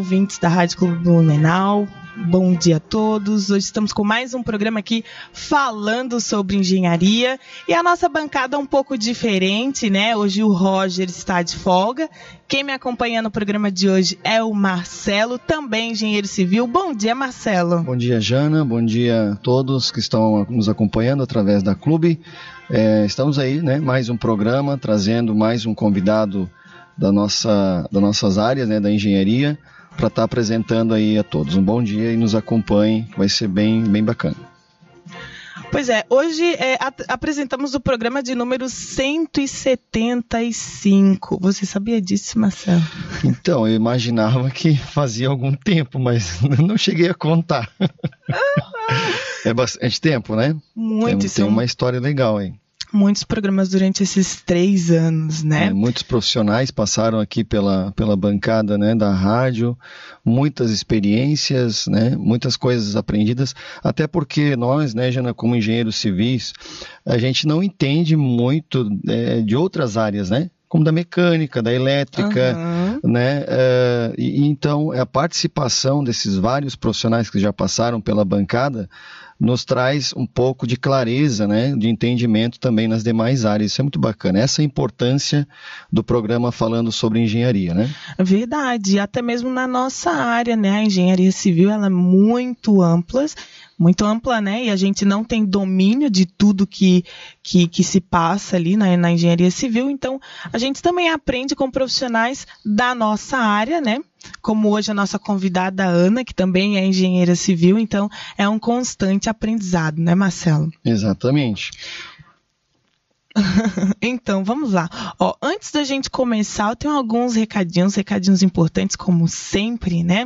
ouvintes da Rádio Clube Blumenau. Bom dia a todos. Hoje estamos com mais um programa aqui falando sobre engenharia e a nossa bancada é um pouco diferente, né? Hoje o Roger está de folga. Quem me acompanha no programa de hoje é o Marcelo, também engenheiro civil. Bom dia, Marcelo. Bom dia, Jana. Bom dia a todos que estão nos acompanhando através da Clube. Estamos aí, né? Mais um programa, trazendo mais um convidado das nossas áreas, né? Da engenharia, para estar apresentando aí a todos. Um bom dia e nos acompanhem, vai ser bem bacana. Pois é, hoje apresentamos o programa de número 175. Você sabia disso, Marcelo? Então, eu imaginava que fazia algum tempo, mas não cheguei a contar. É bastante tempo, né? Muito. Tem uma história legal aí. Muitos programas durante esses 3 anos, né? Muitos profissionais passaram aqui pela bancada, né, da rádio, muitas experiências, né, muitas coisas aprendidas, até porque nós, né, Jana, como engenheiros civis, a gente não entende muito de outras áreas, né? Como da mecânica, da elétrica, né? Então, a participação desses vários profissionais que já passaram pela bancada nos traz um pouco de clareza, né, de entendimento também nas demais áreas. Isso é muito bacana. Essa é a importância do programa falando sobre engenharia, né? Verdade. Até mesmo na nossa área, né? A engenharia civil, ela é muito ampla, né? E a gente não tem domínio de tudo que se passa ali na engenharia civil. Então, a gente também aprende com profissionais da nossa área, né? Como hoje a nossa convidada Ana, que também é engenheira civil, então é um constante aprendizado, né, Marcelo? Exatamente. Então, vamos lá. Antes da gente começar, eu tenho alguns recadinhos importantes, como sempre, né?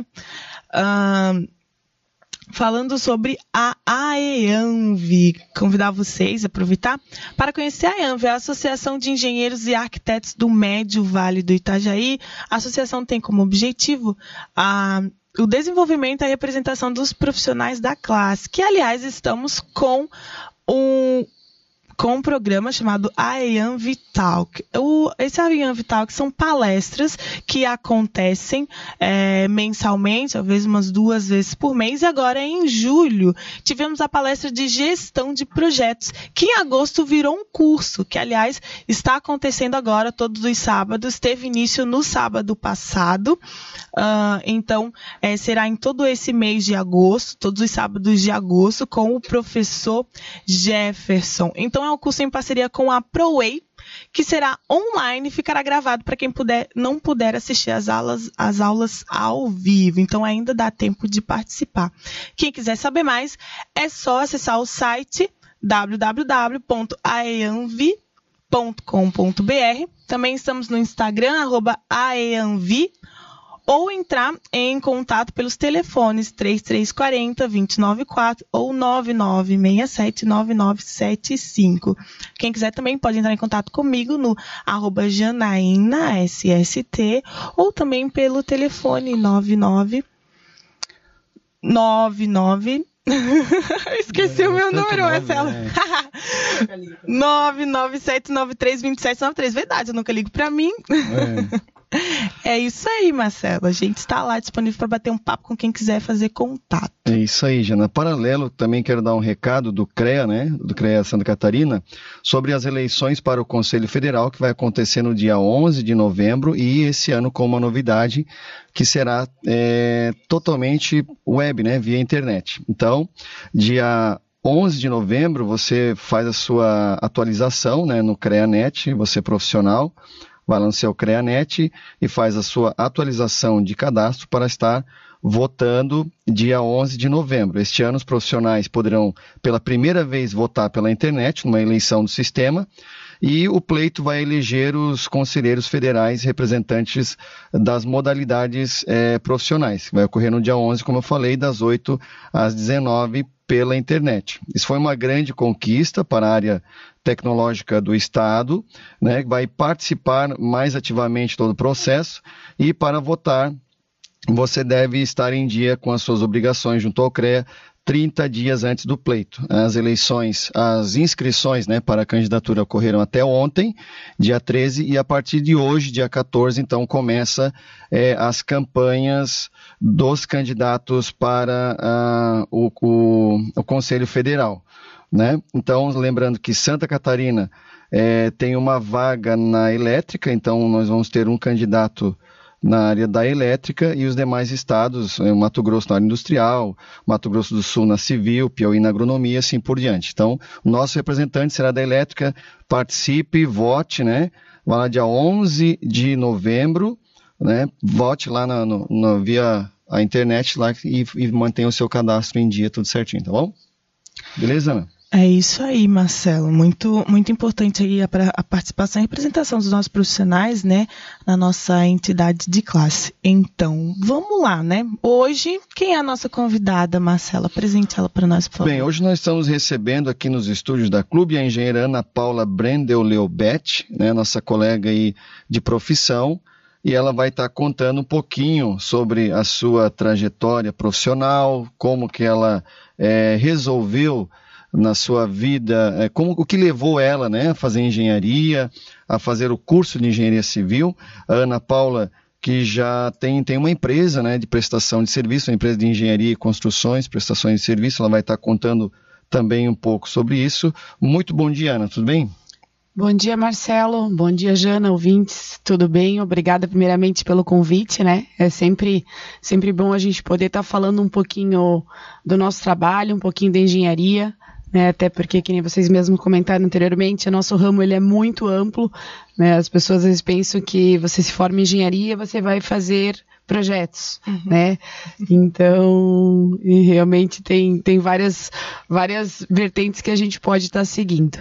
Falando sobre a AEANV, convidar vocês a aproveitar para conhecer a AEANV, a Associação de Engenheiros e Arquitetos do Médio Vale do Itajaí. A associação tem como objetivo o desenvolvimento e a representação dos profissionais da classe, que, aliás, estamos com um programa chamado AEANV Talk. Esse AEANV Talk são palestras que acontecem mensalmente, talvez umas 2 vezes por mês, e agora em julho tivemos a palestra de gestão de projetos, que em agosto virou um curso, que aliás está acontecendo agora todos os sábados, teve início no sábado passado, então será em todo esse mês de agosto, todos os sábados de agosto, com o professor Jefferson. Então é um curso em parceria com a ProWay, que será online e ficará gravado para quem não puder assistir às aulas ao vivo. Então ainda dá tempo de participar. Quem quiser saber mais, é só acessar o site www.aeanv.com.br. Também estamos no Instagram, @aeanv, ou entrar em contato pelos telefones 3340-294 ou 9967-9975. Quem quiser também pode entrar em contato comigo no @janainasst ou também pelo telefone 99... Esqueci o meu número, Marcelo. 997932793. Verdade, eu nunca ligo pra mim. É isso aí, Marcelo. A gente está lá disponível para bater um papo com quem quiser fazer contato. É isso aí, Jana. Paralelo, também quero dar um recado do CREA, né? Do CREA Santa Catarina, sobre as eleições para o Conselho Federal, que vai acontecer no dia 11 de novembro, e esse ano com uma novidade, que será totalmente web, né? Via internet. Então, dia 11 de novembro, você faz a sua atualização, né? No CREANet, você profissional, vai lá no seu CREANet e faz a sua atualização de cadastro para estar votando dia 11 de novembro. Este ano os profissionais poderão pela primeira vez votar pela internet, numa eleição do sistema, e o pleito vai eleger os conselheiros federais representantes das modalidades profissionais. Vai ocorrer no dia 11, como eu falei, das 8 às 19 pela internet. Isso foi uma grande conquista para a área tecnológica do Estado, né? Vai participar mais ativamente todo o processo, e para votar você deve estar em dia com as suas obrigações junto ao CREA, 30 dias antes do pleito. As inscrições, né, para a candidatura ocorreram até ontem, dia 13, e a partir de hoje, dia 14, então começa as campanhas dos candidatos para o Conselho Federal, né? Então, lembrando que Santa Catarina tem uma vaga na elétrica, então nós vamos ter um candidato na área da elétrica e os demais estados, Mato Grosso na área industrial, Mato Grosso do Sul na civil, Piauí na agronomia, assim por diante. Então, o nosso representante será da elétrica, participe, vote, né? Vai lá dia 11 de novembro, né? Vote lá via a internet lá e mantenha o seu cadastro em dia, tudo certinho, tá bom? Beleza, Ana? É isso aí, Marcelo. Muito, muito importante aí a participação e representação dos nossos profissionais, né, na nossa entidade de classe. Então, vamos lá, né? Hoje, quem é a nossa convidada, Marcelo? Apresente ela para nós, por favor. Bem, hoje nós estamos recebendo aqui nos estúdios da Clube a engenheira Ana Paula Brendel-Leobet, né, nossa colega aí de profissão, e ela vai estar contando um pouquinho sobre a sua trajetória profissional, como que ela resolveu na sua vida, o que levou ela, né, a fazer engenharia, a fazer o curso de engenharia civil. A Ana Paula, que já tem uma empresa, né, de prestação de serviço, uma empresa de engenharia e construções, prestações de serviço, ela vai estar contando também um pouco sobre isso. Muito bom dia, Ana, tudo bem? Bom dia, Marcelo. Bom dia, Jana, ouvintes. Tudo bem? Obrigada primeiramente pelo convite, né? É sempre bom a gente poder estar falando um pouquinho do nosso trabalho, um pouquinho da engenharia, né? Até porque, que nem vocês mesmos comentaram anteriormente, o nosso ramo ele é muito amplo, né? As pessoas às vezes pensam que você se forma em engenharia, você vai fazer projetos, né? Então, realmente tem várias vertentes que a gente pode estar seguindo.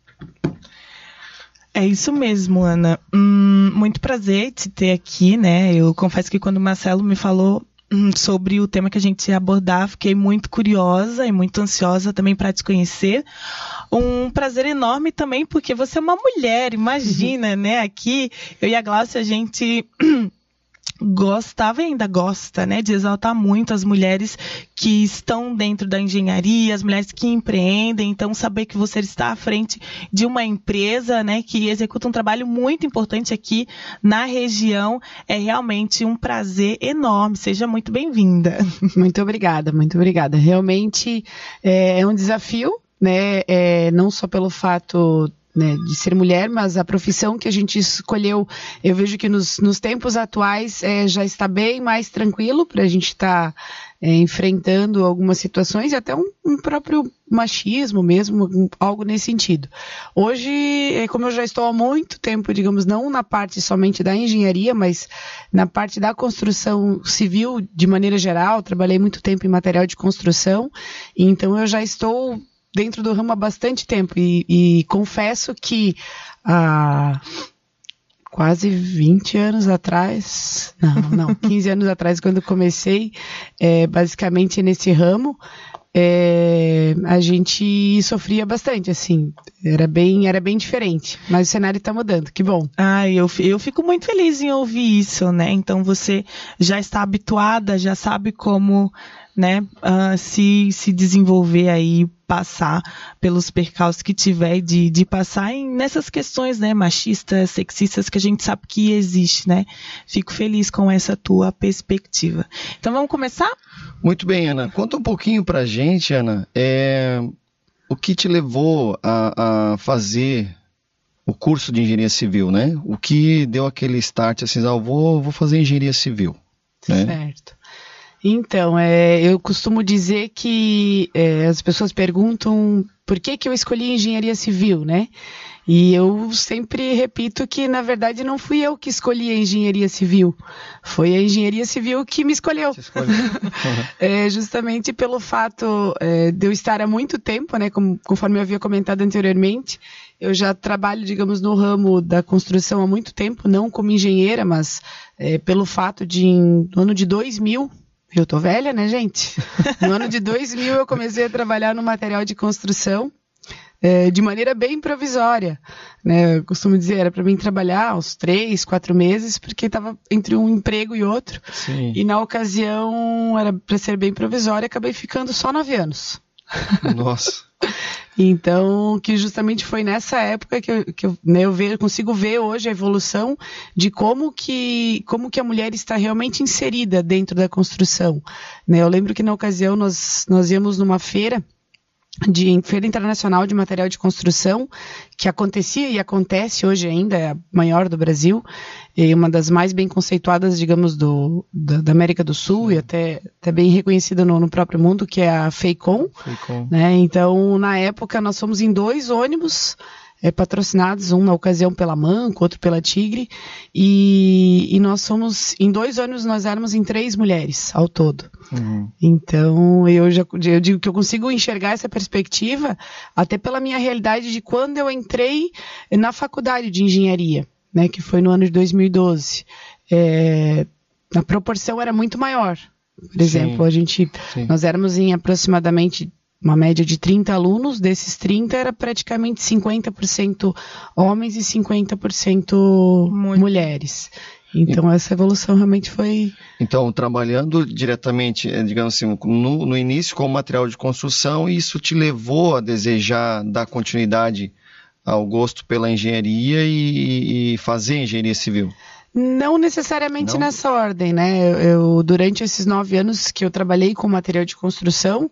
É isso mesmo, Ana. Muito prazer te ter aqui, né? Eu confesso que quando o Marcelo me falou sobre o tema que a gente ia abordar, fiquei muito curiosa e muito ansiosa também para te conhecer. Um prazer enorme também, porque você é uma mulher, imagina, né? Aqui, eu e a Gláucia, a gente gostava e ainda gosta, né, de exaltar muito as mulheres que estão dentro da engenharia, as mulheres que empreendem. Então, saber que você está à frente de uma empresa, né, que executa um trabalho muito importante aqui na região é realmente um prazer enorme. Seja muito bem-vinda. Muito obrigada, muito obrigada. Realmente é um desafio, né, não só pelo fato, né, de ser mulher, mas a profissão que a gente escolheu, eu vejo que nos tempos atuais já está bem mais tranquilo para a gente estar enfrentando algumas situações e até um próprio machismo mesmo, algo nesse sentido. Hoje, como eu já estou há muito tempo, digamos, não na parte somente da engenharia, mas na parte da construção civil de maneira geral, trabalhei muito tempo em material de construção, então eu já estou dentro do ramo há bastante tempo e confesso que há quase 20 anos atrás, 15 anos atrás, quando comecei basicamente nesse ramo, a gente sofria bastante, assim, era bem diferente, mas o cenário está mudando, que bom. Eu fico muito feliz em ouvir isso, né? Então você já está habituada, já sabe como, né, se desenvolver aí, passar pelos percalços que tiver de passar nessas questões, né, machistas, sexistas, que a gente sabe que existe, né? Fico feliz com essa tua perspectiva. Então vamos começar? Muito bem, Ana. Conta um pouquinho pra gente, Ana, o que te levou a fazer o curso de engenharia civil, né? O que deu aquele start, assim, vou fazer engenharia civil, né? Certo. Então, eu costumo dizer que as pessoas perguntam por que eu escolhi engenharia civil, né? E eu sempre repito que, na verdade, não fui eu que escolhi a engenharia civil. Foi a engenharia civil que me escolheu. Você escolheu. Justamente pelo fato de eu estar há muito tempo, né? Conforme eu havia comentado anteriormente, eu já trabalho, digamos, no ramo da construção há muito tempo, não como engenheira, mas pelo fato no ano de 2000... Eu tô velha, né, gente? No ano de 2000 eu comecei a trabalhar no material de construção. de maneira bem provisória, né? Eu costumo dizer, era para mim trabalhar uns 3, 4 meses, porque estava entre um emprego e outro. Sim. E na ocasião era para ser bem provisória, acabei ficando só 9 anos. Nossa. Então, que justamente foi nessa época que eu consigo ver hoje a evolução de como que a mulher está realmente inserida dentro da construção, né? Eu lembro que na ocasião nós íamos numa feira internacional de material de construção, que acontecia e acontece hoje ainda, é a maior do Brasil, e uma das mais bem conceituadas, digamos, da América do Sul, e até bem reconhecida no próprio mundo, que é a FEICOM. Né? Então, na época, nós fomos em 2 ônibus patrocinados, um na ocasião pela Manco, outro pela Tigre, e nós fomos, em 2 ônibus, nós éramos em 3 mulheres ao todo. Uhum. Então, eu digo que eu consigo enxergar essa perspectiva até pela minha realidade de quando eu entrei na faculdade de engenharia, né, que foi no ano de 2012. A proporção era muito maior. Por exemplo, nós éramos em aproximadamente uma média de 30 alunos, desses 30 era praticamente 50% homens e 50% mulheres. Então, essa evolução realmente foi... Então, trabalhando diretamente, digamos assim, no início com o material de construção, isso te levou a desejar dar continuidade ao gosto pela engenharia e fazer engenharia civil? Não necessariamente nessa ordem, né? Eu, durante esses 9 anos que eu trabalhei com material de construção,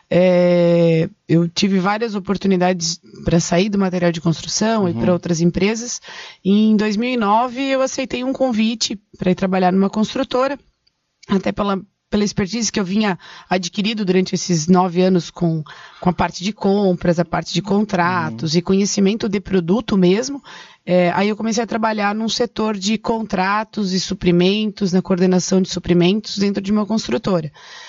eu tive várias oportunidades para sair do material de construção e para outras empresas. E em 2009 eu aceitei um convite para ir trabalhar numa construtora, até pela expertise que eu vinha adquirido durante esses 9 anos com a parte de compras, a parte de contratos e conhecimento de produto mesmo. Aí eu comecei a trabalhar num setor de contratos e suprimentos, na coordenação de suprimentos dentro de uma construtora.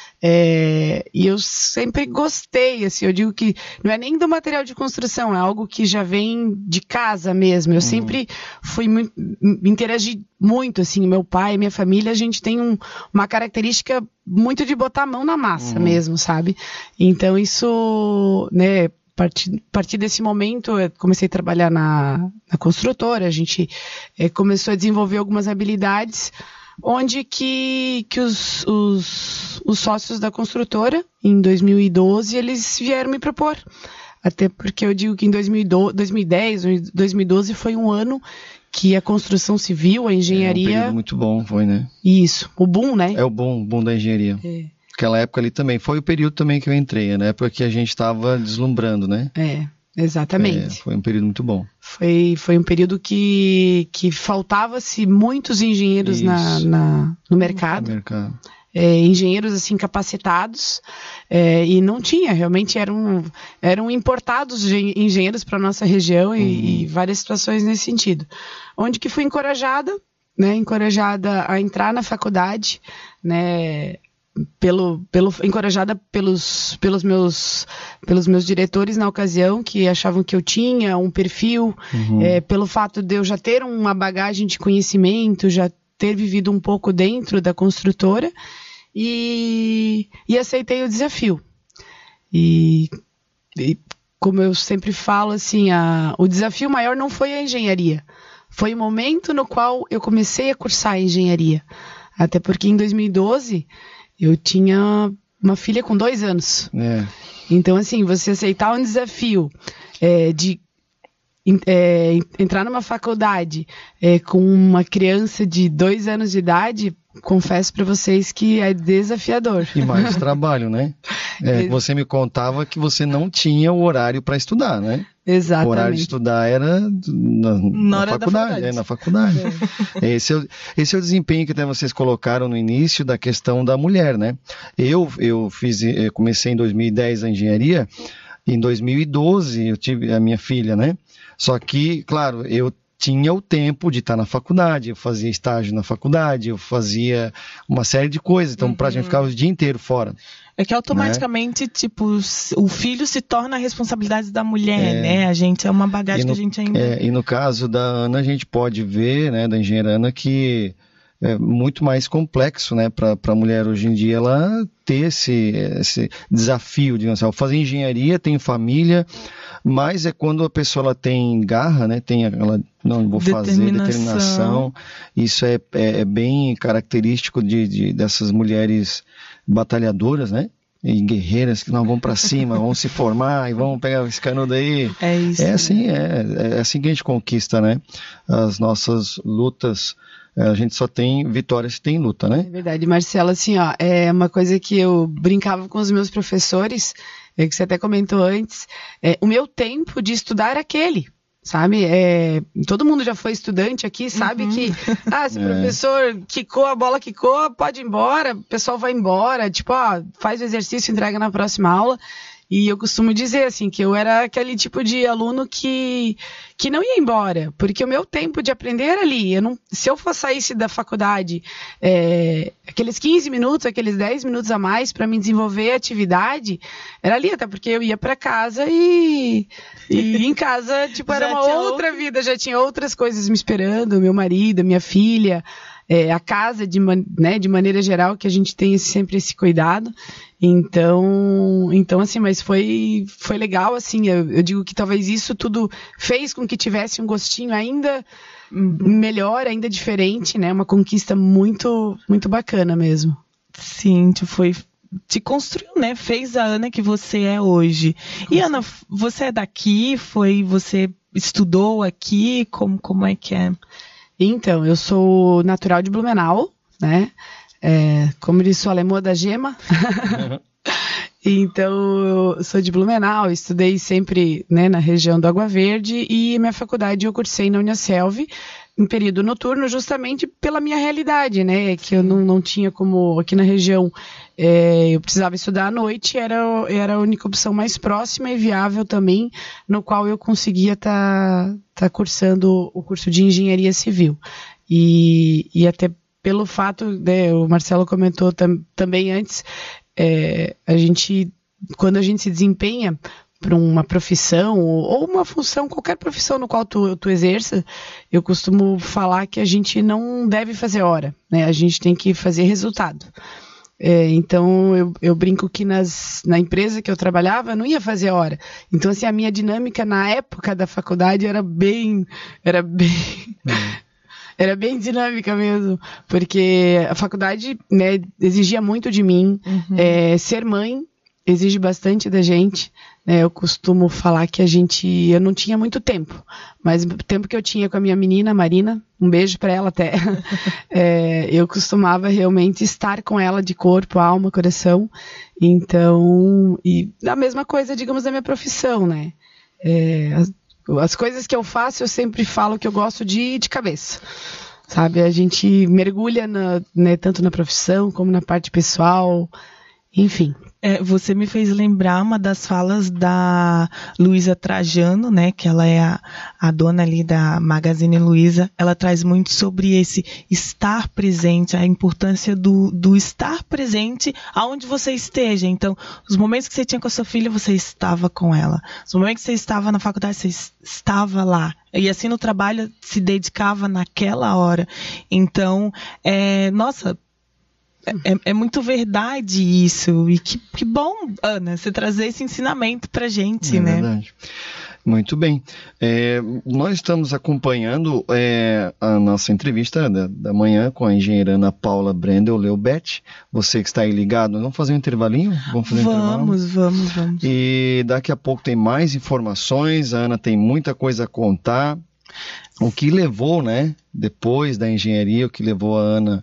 E eu sempre gostei, assim, eu digo que não é nem do material de construção, é algo que já vem de casa mesmo. Eu sempre interagi muito, assim, meu pai e minha família, a gente tem uma característica muito de botar a mão na massa mesmo, sabe? Então isso, né, a partir desse momento, eu comecei a trabalhar na construtora, a gente começou a desenvolver algumas habilidades, onde que os sócios da construtora, em 2012, eles vieram me propor. Até porque eu digo que em 2010, 2012 foi um ano que a construção civil, a engenharia... um período muito bom, foi, né? Isso, o boom, né? É o boom da engenharia. Aquela época ali também, foi o período também que eu entrei, na época que a gente estava deslumbrando, né? Exatamente. Foi um período muito bom. Foi um período que faltava-se muitos engenheiros no mercado. Engenheiros assim capacitados, e não tinha, realmente eram importados engenheiros para a nossa região e várias situações nesse sentido. Onde que fui encorajada a entrar na faculdade, né? Encorajada pelos meus diretores na ocasião, que achavam que eu tinha um perfil, pelo fato de eu já ter uma bagagem de conhecimento, já ter vivido um pouco dentro da construtora, e aceitei o desafio. E como eu sempre falo, assim, o desafio maior não foi a engenharia, foi o momento no qual eu comecei a cursar a engenharia. Até porque em 2012 eu tinha uma filha com 2 anos. Então, assim, você aceitar um desafio de entrar numa faculdade com uma criança de 2 anos de idade, confesso para vocês que é desafiador. E mais trabalho, né? Você me contava que você não tinha o horário para estudar, né? Exatamente. O horário de estudar era na faculdade. Na faculdade. Esse é o desempenho que até vocês colocaram no início da questão da mulher, né? Eu comecei em 2010 a engenharia, em 2012 eu tive a minha filha, né? Só que, claro, eu tinha o tempo de estar na faculdade, eu fazia estágio na faculdade, eu fazia uma série de coisas, então praticamente ficava o dia inteiro fora. É que automaticamente, tipo, o filho se torna a responsabilidade da mulher, né? A gente é uma bagagem que a gente ainda... E no caso da Ana, a gente pode ver, né, da engenheira Ana, que muito mais complexo, né, para a mulher hoje em dia ela ter esse desafio, digamos assim, fazer engenharia, tem família, mas é quando a pessoa ela tem garra, né, tem ela não vou fazer, determinação, isso é bem característico dessas mulheres batalhadoras, né, e guerreiras que não vão para cima, vão se formar e vão pegar esse canudo aí. É isso. É assim que a gente conquista, né, as nossas lutas. A gente só tem vitória se tem luta, né? É verdade, Marcelo, assim, ó, é uma coisa que eu brincava com os meus professores, que você até comentou antes, o meu tempo de estudar era aquele, sabe? Todo mundo já foi estudante aqui, sabe que, se o professor quicou, a bola quicou, pode ir embora, o pessoal vai embora, tipo, faz o exercício, entrega na próxima aula. E eu costumo dizer, assim, que eu era aquele tipo de aluno que não ia embora, porque o meu tempo de aprender era ali. Se eu saísse da faculdade, aqueles 15 minutos, aqueles 10 minutos a mais para me desenvolver a atividade, era ali, até porque eu ia para casa e em casa, tipo, era uma outra vida, já tinha outras coisas me esperando, meu marido, minha filha, a casa, de maneira geral, que a gente tem sempre esse cuidado. Então assim, mas foi legal, assim, eu digo que talvez isso tudo fez com que tivesse um gostinho ainda melhor, ainda diferente, né, uma conquista muito, muito bacana mesmo. Sim, te construiu, né, fez a Ana que você é hoje. E Ana, você é daqui, você estudou aqui, como é que é? Então, eu sou natural de Blumenau, né, como diz o alemão da gema. Então, eu sou de Blumenau, estudei sempre, né, na região do Água Verde, e minha faculdade eu cursei na Uniaselv, em período noturno, justamente pela minha realidade, né, que eu não tinha como, aqui na região, eu precisava estudar à noite, era a única opção mais próxima e viável também, no qual eu conseguia tá cursando o curso de Engenharia Civil. E até pelo fato, né, o Marcelo comentou também antes, quando a gente se desempenha para uma profissão ou uma função, qualquer profissão no qual tu exerça, eu costumo falar que a gente não deve fazer hora, né? A gente tem que fazer resultado. Então eu brinco que na empresa que eu trabalhava eu não ia fazer hora. Então assim, a minha dinâmica na época da faculdade era bem dinâmica mesmo, porque a faculdade, né, exigia muito de mim. Ser mãe exige bastante da gente, né? Eu costumo falar que eu não tinha muito tempo, mas o tempo que eu tinha com a minha menina, Marina, um beijo para ela até, eu costumava realmente estar com ela de corpo, alma, coração. Então, e a mesma coisa, digamos, da minha profissão, né? As coisas que eu faço, eu sempre falo que eu gosto de ir de cabeça, sabe? A gente mergulha né, tanto na profissão como na parte pessoal, enfim. Você me fez lembrar uma das falas da Luísa Trajano, né, que ela é a dona ali da Magazine Luiza. Ela traz muito sobre esse estar presente, a importância do estar presente aonde você esteja. Então, os momentos que você tinha com a sua filha, você estava com ela. Os momentos que você estava na faculdade, você estava lá. E assim no trabalho, se dedicava naquela hora. Então, nossa... É muito verdade isso, e que bom, Ana, você trazer esse ensinamento pra gente, né? É verdade. Muito bem. Nós estamos acompanhando a nossa entrevista da manhã com a engenheira Ana Paula Brendel Leubet. Você que está aí ligado, vamos fazer um intervalinho? Vamos. E daqui a pouco tem mais informações, a Ana tem muita coisa a contar. O que levou, né, depois da engenharia, o que levou a Ana...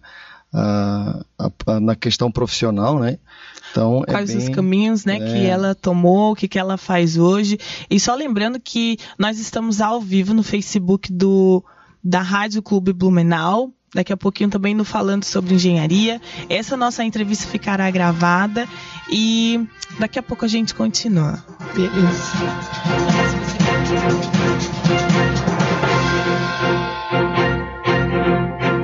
na questão profissional, né? Então, quais os caminhos, né, que ela tomou, o que ela faz hoje. E só lembrando que nós estamos ao vivo no Facebook da Rádio Clube Blumenau. Daqui a pouquinho também no Falando sobre Engenharia. Essa nossa entrevista ficará gravada e daqui a pouco a gente continua. Beleza.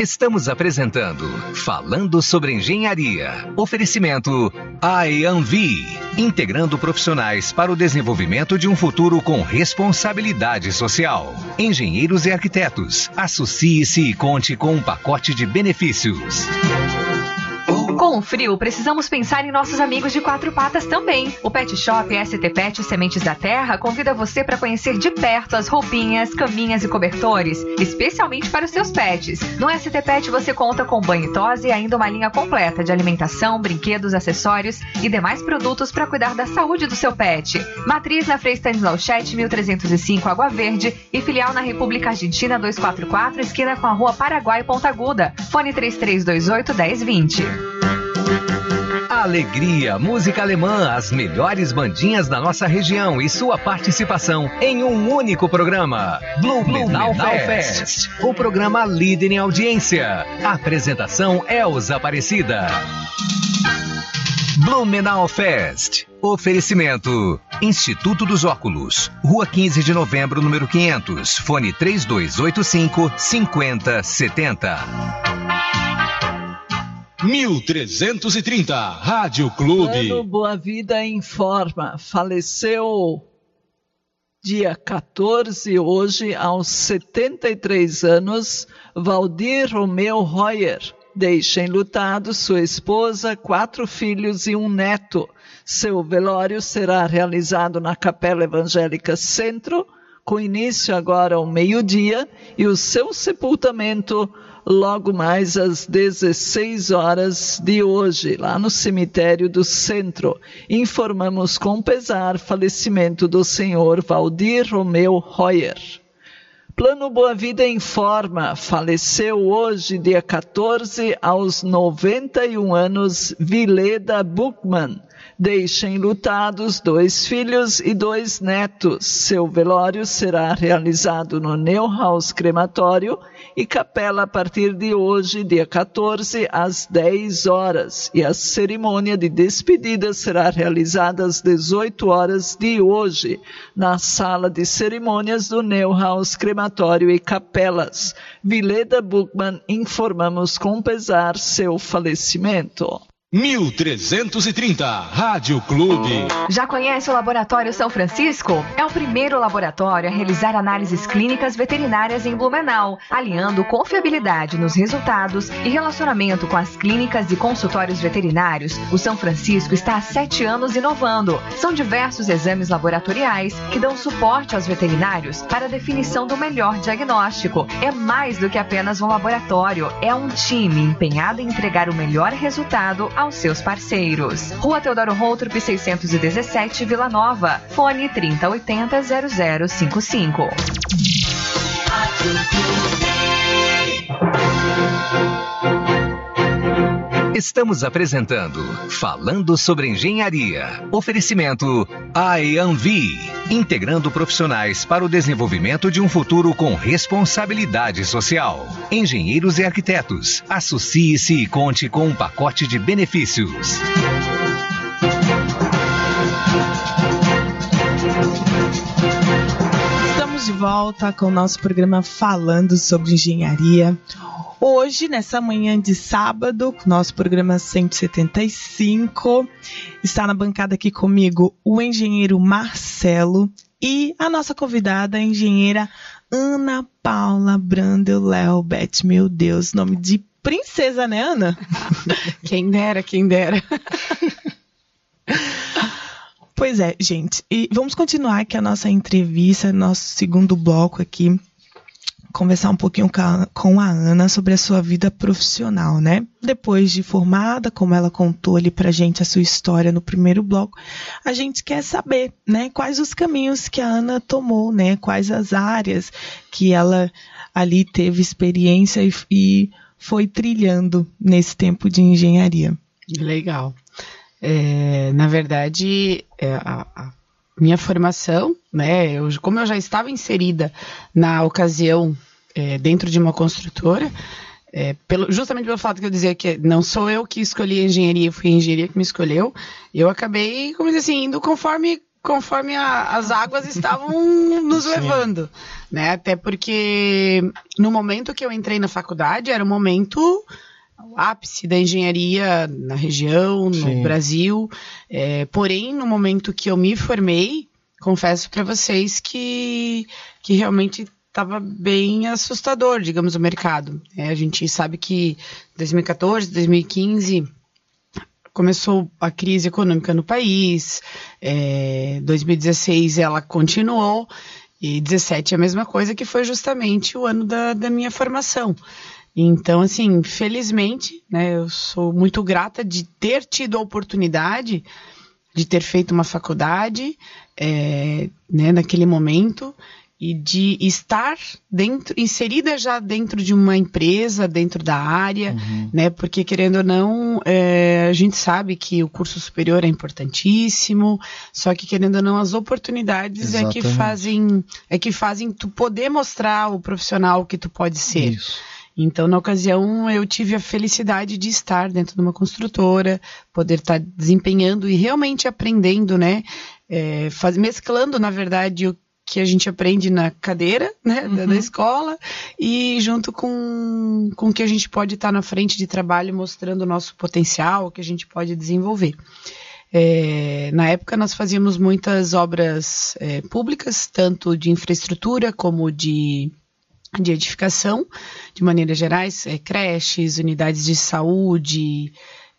Estamos apresentando Falando sobre Engenharia. Oferecimento IANV, integrando profissionais para o desenvolvimento de um futuro com responsabilidade social. Engenheiros e arquitetos, associe-se e conte com um pacote de benefícios. Com o frio, precisamos pensar em nossos amigos de quatro patas também. O Pet Shop ST Pet Sementes da Terra convida você para conhecer de perto as roupinhas, caminhas e cobertores, especialmente para os seus pets. No ST Pet você conta com banho e tosa e ainda uma linha completa de alimentação, brinquedos, acessórios e demais produtos para cuidar da saúde do seu pet. Matriz na Frei Stanislau Chet, 1305, Água Verde, e filial na República Argentina 244, esquina com a Rua Paraguai, Ponta Aguda. Fone 3328-1020. Alegria, música alemã, as melhores bandinhas da nossa região e sua participação em um único programa. Blumenau Fest, o programa líder em audiência. Apresentação Elza Aparecida. Blumenau Fest. Oferecimento Instituto dos Óculos, Rua 15 de Novembro, número 500, fone 3285-5070. 1330, Rádio Clube. Plano Boa Vida informa, faleceu dia 14, hoje, aos 73 anos, Valdir Romeu Royer. Deixa enlutado sua esposa, 4 filhos e um neto. Seu velório será realizado na Capela Evangélica Centro, com início agora ao meio-dia, e o seu sepultamento logo mais às 16 horas de hoje, lá no cemitério do Centro. Informamos com pesar falecimento do senhor Valdir Romeu Royer. Plano Boa Vida informa, faleceu hoje, dia 14, aos 91 anos, Vileda Buchmann. Deixa enlutados 2 filhos e 2 netos. Seu velório será realizado no Neuhaus Crematório e capela a partir de hoje, dia 14, às 10 horas. E a cerimônia de despedida será realizada às 18 horas de hoje, na sala de cerimônias do Neuhaus Crematório e Capelas. Vileda Buchmann, informamos com pesar seu falecimento. 1330, Rádio Clube. Já conhece o Laboratório São Francisco? É o primeiro laboratório a realizar análises clínicas veterinárias em Blumenau, alinhando confiabilidade nos resultados e relacionamento com as clínicas e consultórios veterinários. O São Francisco está há 7 anos inovando. São diversos exames laboratoriais que dão suporte aos veterinários para a definição do melhor diagnóstico. É mais do que apenas um laboratório, é um time empenhado em entregar o melhor resultado aos seus parceiros. Rua Teodoro Routrup, 617, Vila Nova. Fone 3080-0055. Estamos apresentando Falando sobre Engenharia. Oferecimento IANV, integrando profissionais para o desenvolvimento de um futuro com responsabilidade social. Engenheiros e arquitetos, associe-se e conte com um pacote de benefícios. Estamos de volta com o nosso programa Falando sobre Engenharia. Hoje, nessa manhã de sábado, nosso programa 175, está na bancada aqui comigo o engenheiro Marcelo e a nossa convidada, a engenheira Ana Paula Brandel Leobet. Meu Deus, nome de princesa, né, Ana? Quem dera, quem dera. Pois é, gente. E vamos continuar aqui a nossa entrevista, nosso segundo bloco aqui. Conversar um pouquinho com a Ana sobre a sua vida profissional, né? Depois de formada, como ela contou ali pra gente a sua história no primeiro bloco, a gente quer saber, né? Quais os caminhos que a Ana tomou, né? Quais as áreas que ela ali teve experiência e foi trilhando nesse tempo de engenharia. Legal. Na verdade, a minha formação, né, como eu já estava inserida na ocasião dentro de uma construtora, justamente pelo fato que eu dizia que não sou eu que escolhi a engenharia, foi a engenharia que me escolheu, eu acabei, como dizer assim, indo conforme conforme as águas estavam nos levando, né? Até porque no momento que eu entrei na faculdade era o momento ápice da engenharia na região, no Brasil. Porém, no momento que eu me formei, confesso para vocês que realmente estava bem assustador, digamos, o mercado. A gente sabe que 2014, 2015 começou a crise econômica no país, 2016 ela continuou, e 2017 a mesma coisa, que foi justamente o ano da minha formação. Então, assim, felizmente, né, eu sou muito grata de ter tido a oportunidade de ter feito uma faculdade, né, naquele momento, e de estar inserida já dentro de uma empresa, dentro da área, né? Porque, querendo ou não, a gente sabe que o curso superior é importantíssimo, só que, querendo ou não, as oportunidades é que fazem tu poder mostrar o profissional que tu pode ser. Isso. Então, na ocasião, eu tive a felicidade de estar dentro de uma construtora, poder estar desempenhando e realmente aprendendo, né? Mesclando, na verdade, o que a gente aprende na cadeira, né, da escola, e junto com o que a gente pode estar na frente de trabalho, mostrando o nosso potencial, o que a gente pode desenvolver. Na época nós fazíamos muitas obras públicas, tanto de infraestrutura como de edificação, de maneiras gerais, creches, unidades de saúde,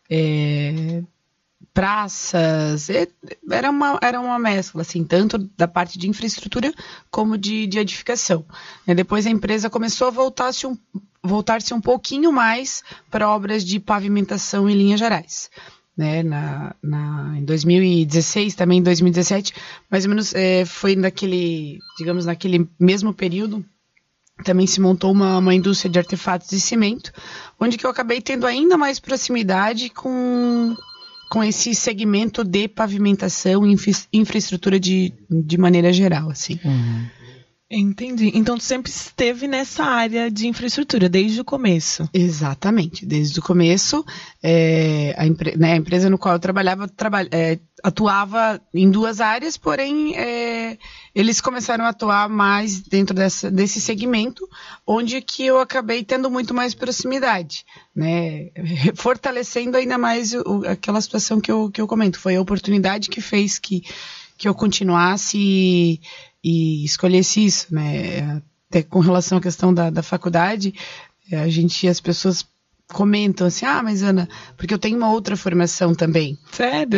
praças, era uma mescla, assim, tanto da parte de infraestrutura como de edificação. Depois a empresa começou a voltar-se um pouquinho mais para obras de pavimentação em linhas gerais. Né, em 2016, também em 2017, mais ou menos foi naquele mesmo período, também se montou uma indústria de artefatos de cimento, onde que eu acabei tendo ainda mais proximidade com esse segmento de pavimentação e infraestrutura de maneira geral, assim. Entendi. Então, tu sempre esteve nessa área de infraestrutura, desde o começo. Exatamente. Desde o começo, a empresa no qual eu trabalhava atuava em duas áreas, porém, eles começaram a atuar mais dentro desse segmento, onde que eu acabei tendo muito mais proximidade, né? Fortalecendo ainda mais aquela situação que eu comento. Foi a oportunidade que fez que eu continuasse e escolhesse isso, né? Até com relação à questão da faculdade, as pessoas comentam assim, mas Ana, porque eu tenho uma outra formação também. Sério?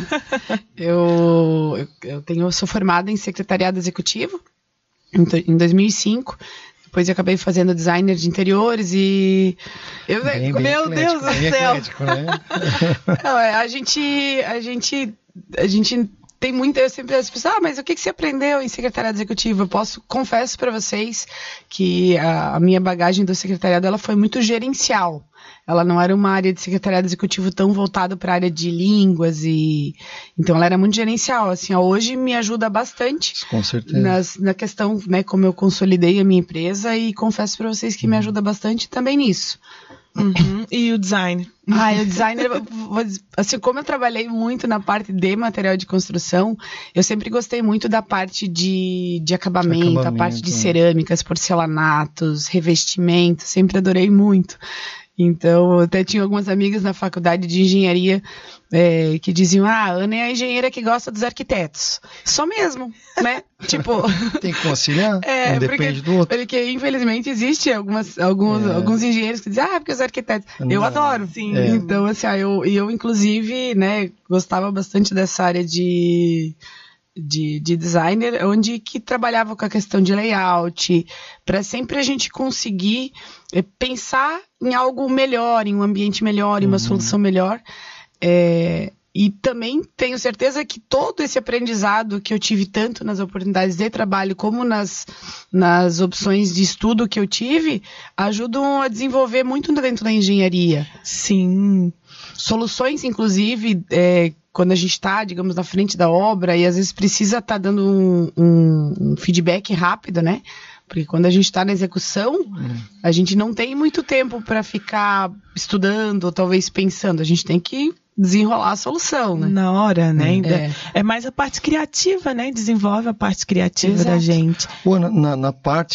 Eu sou formada em secretariado executivo em 2005. Depois eu acabei fazendo designer de interiores e... Meu Deus do céu! Né? Não, a gente tem muito, eu sempre as pessoas, mas o que você aprendeu em secretariado executivo? Confesso para vocês que a minha bagagem do secretariado ela foi muito gerencial. Ela não era uma área de secretariado executivo tão voltada para a área de línguas então ela era muito gerencial. Assim, hoje me ajuda bastante. Com certeza. Na questão, né, como eu consolidei a minha empresa e confesso para vocês que me ajuda bastante também nisso. E o design? O designer, assim, como eu trabalhei muito na parte de material de construção, eu sempre gostei muito da parte de acabamento, a parte de cerâmicas, porcelanatos, revestimentos, sempre adorei muito. Então, eu até tinha algumas amigas na faculdade de engenharia que diziam, a Ana é a engenheira que gosta dos arquitetos. Só mesmo, né? Tipo... Tem que conciliar, um depende do outro. Porque, infelizmente, existe alguns engenheiros que dizem, porque os arquitetos... Eu adoro. Sim. Então, assim, eu inclusive, né, gostava bastante dessa área de designer, onde que trabalhava com a questão de layout, para sempre a gente conseguir pensar em algo melhor, em um ambiente melhor, em uma solução melhor. E também tenho certeza que todo esse aprendizado que eu tive, tanto nas oportunidades de trabalho como nas opções de estudo que eu tive, ajudam a desenvolver muito dentro da engenharia. Sim. Soluções, inclusive, quando a gente está, digamos, na frente da obra e às vezes precisa estar dando um feedback rápido, né? Porque quando a gente está na execução, a gente não tem muito tempo para ficar estudando ou talvez pensando. A gente tem que desenrolar a solução, né? Na hora, né? É mais a parte criativa, né? Desenvolve a parte criativa da gente. Na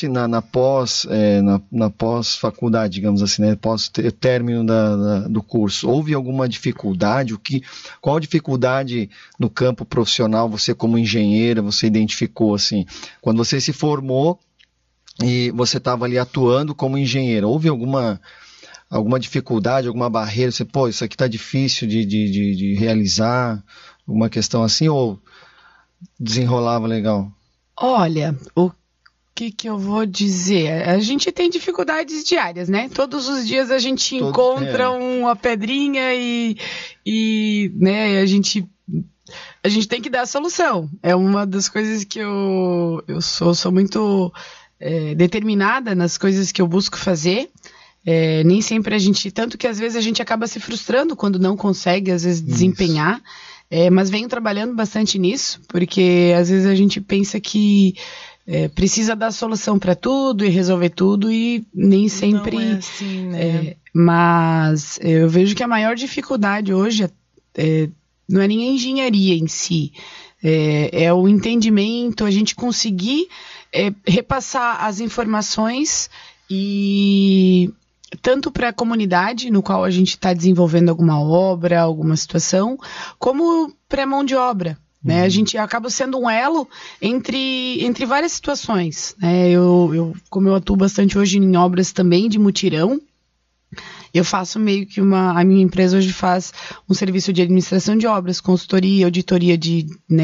pós-faculdade, digamos assim, né? Pós-término do curso, houve alguma dificuldade? Qual dificuldade no campo profissional você, como engenheira, você identificou, assim? Quando você se formou e você estava ali atuando como engenheira, houve alguma dificuldade, alguma barreira? Você, isso aqui está difícil de realizar, alguma questão assim, ou desenrolava legal? Olha, o que eu vou dizer? A gente tem dificuldades diárias, né? Todos os dias a gente encontra uma pedrinha e né, a gente tem que dar a solução. É uma das coisas que eu sou muito determinada nas coisas que eu busco fazer. Nem sempre tanto que às vezes a gente acaba se frustrando quando não consegue, às vezes, desempenhar, mas venho trabalhando bastante nisso, porque às vezes a gente pensa que precisa dar solução para tudo e resolver tudo, e nem sempre não é assim, né? Mas eu vejo que a maior dificuldade hoje não é nem a engenharia em si, é o entendimento, a gente conseguir repassar as informações e tanto para a comunidade no qual a gente está desenvolvendo alguma obra, alguma situação, como para a mão de obra. Né? A gente acaba sendo um elo entre várias situações. Né? Como eu atuo bastante hoje em obras também de mutirão, eu faço meio que a minha empresa hoje faz um serviço de administração de obras, consultoria, auditoria de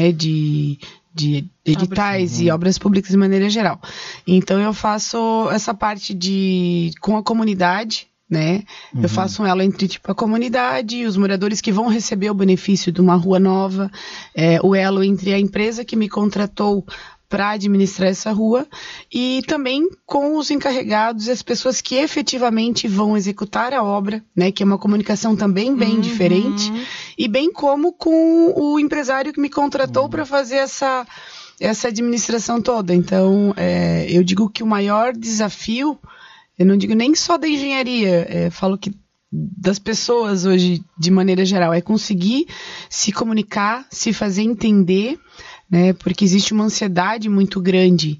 editais e obras públicas de maneira geral. Então eu faço essa parte com a comunidade, né? Eu faço um elo entre a comunidade e os moradores que vão receber o benefício de uma rua nova, o elo entre a empresa que me contratou para administrar essa rua e também com os encarregados e as pessoas que efetivamente vão executar a obra, né, que é uma comunicação também bem diferente, e bem como com o empresário que me contratou para fazer essa administração toda. Então, eu digo que o maior desafio, eu não digo nem só da engenharia, falo que das pessoas hoje, de maneira geral, é conseguir se comunicar, se fazer entender, né, porque existe uma ansiedade muito grande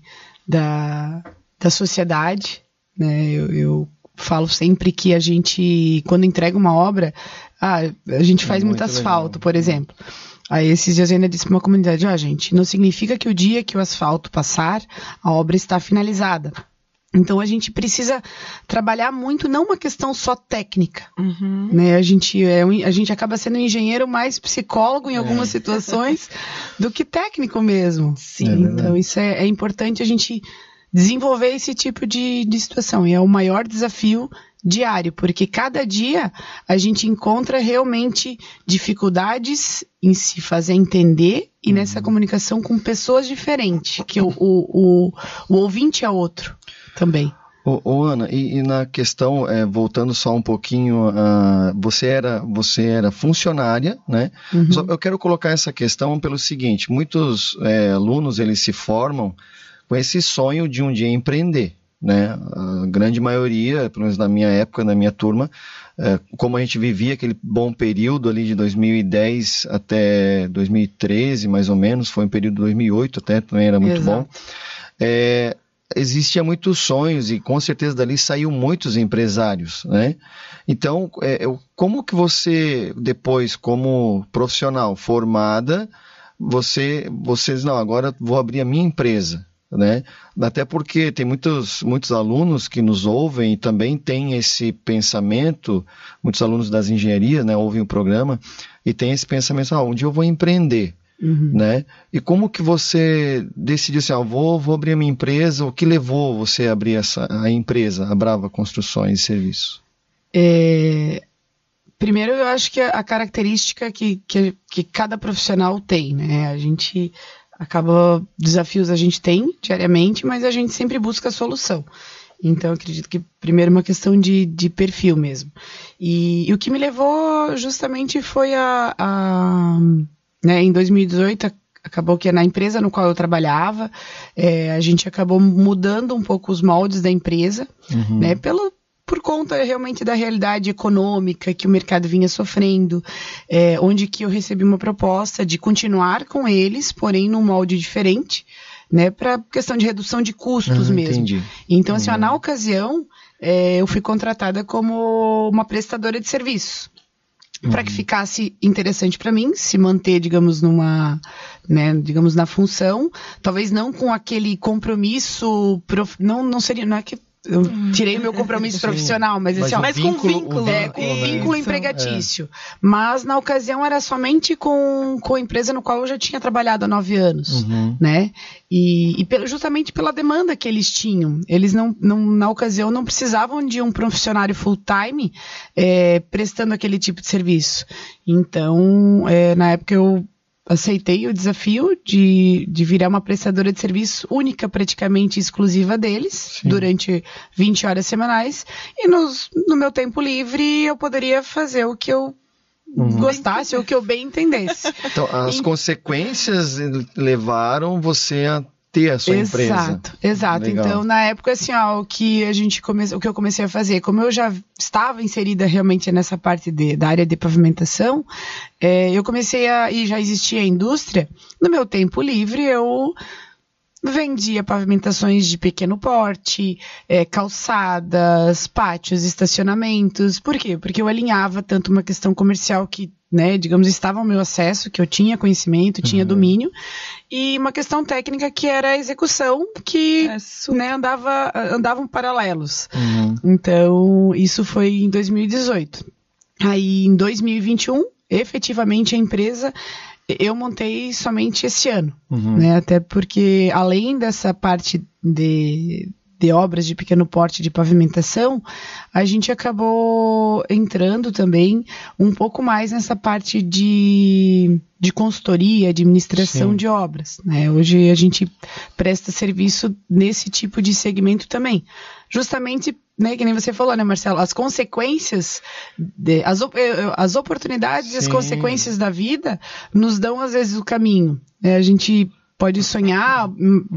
da sociedade, né, eu falo sempre que a gente, quando entrega uma obra, a gente faz muito asfalto, por exemplo. Aí esses dias eu ainda disse para uma comunidade, gente, não significa que o dia que o asfalto passar, a obra está finalizada. Então a gente precisa trabalhar muito, não uma questão só técnica, né? A gente acaba sendo engenheiro mais psicólogo em algumas situações do que técnico mesmo. Sim. Então isso é importante a gente desenvolver esse tipo de situação, e é o maior desafio diário, porque cada dia a gente encontra realmente dificuldades em se fazer entender e nessa comunicação com pessoas diferentes, que o ouvinte é outro também. Ana, e na questão, voltando só um pouquinho, você era funcionária, né? Só eu quero colocar essa questão pelo seguinte: muitos alunos, eles se formam com esse sonho de um dia empreender, né? A grande maioria, pelo menos na minha época, na minha turma, como a gente vivia aquele bom período ali de 2010 até 2013, mais ou menos, foi um período de 2008 até, também era muito bom. Existia muitos sonhos e com certeza dali saíram muitos empresários, né? Então, como que você, depois, como profissional formada, você diz, não, agora vou abrir a minha empresa, né? Até porque tem muitos alunos que nos ouvem e também têm esse pensamento, muitos alunos das engenharias, né, ouvem o programa e tem esse pensamento, onde eu vou empreender? Né? E como que você decidiu assim, vou abrir a minha empresa? O que levou você a abrir a empresa, a Brava Construções e Serviços? Primeiro, eu acho que a característica que cada profissional tem, né? A gente desafios a gente tem diariamente, mas a gente sempre busca a solução. Então, eu acredito que primeiro uma questão de perfil mesmo. E o que me levou justamente foi né, em 2018, acabou que na empresa no qual eu trabalhava, a gente acabou mudando um pouco os moldes da empresa, né, por conta realmente da realidade econômica que o mercado vinha sofrendo, onde que eu recebi uma proposta de continuar com eles, porém num molde diferente, né, para questão de redução de custos mesmo. Entendi. Então, assim, na ocasião, eu fui contratada como uma prestadora de serviço. Para que ficasse interessante para mim, se manter, digamos, na função, talvez não com aquele compromisso, não é que eu tirei o meu compromisso profissional, mas assim, mas com vínculo. Com vínculo empregatício. Mas na ocasião era somente com a empresa no qual eu já tinha trabalhado há 9 anos, né? E justamente pela demanda que eles tinham. Eles na ocasião não precisavam de um profissional full-time prestando aquele tipo de serviço. Então, na época eu aceitei o desafio de virar uma prestadora de serviço única, praticamente exclusiva deles, durante 20 horas semanais, e no meu tempo livre eu poderia fazer o que eu gostasse, ou o que eu bem entendesse. Então, as consequências levaram você a ter a sua empresa. Exato. Legal. Então, na época, assim, o que eu comecei a fazer, como eu já estava inserida realmente nessa parte da área de pavimentação, eu comecei e já existia a indústria, no meu tempo livre eu vendia pavimentações de pequeno porte, calçadas, pátios, estacionamentos. Por quê? Porque eu alinhava tanto uma questão comercial que, né, digamos, estava ao meu acesso, que eu tinha conhecimento, tinha domínio, e uma questão técnica que era a execução, que né, andavam paralelos. Então, isso foi em 2018. Aí, em 2021, efetivamente, a empresa eu montei somente esse ano, né? Até porque, além dessa parte de obras de pequeno porte de pavimentação, a gente acabou entrando também um pouco mais nessa parte de consultoria, administração de obras, né? Hoje a gente presta serviço nesse tipo de segmento também. Justamente, né, que nem você falou, né, Marcelo, as consequências, as oportunidades e as consequências da vida nos dão, às vezes, o caminho. A gente pode sonhar,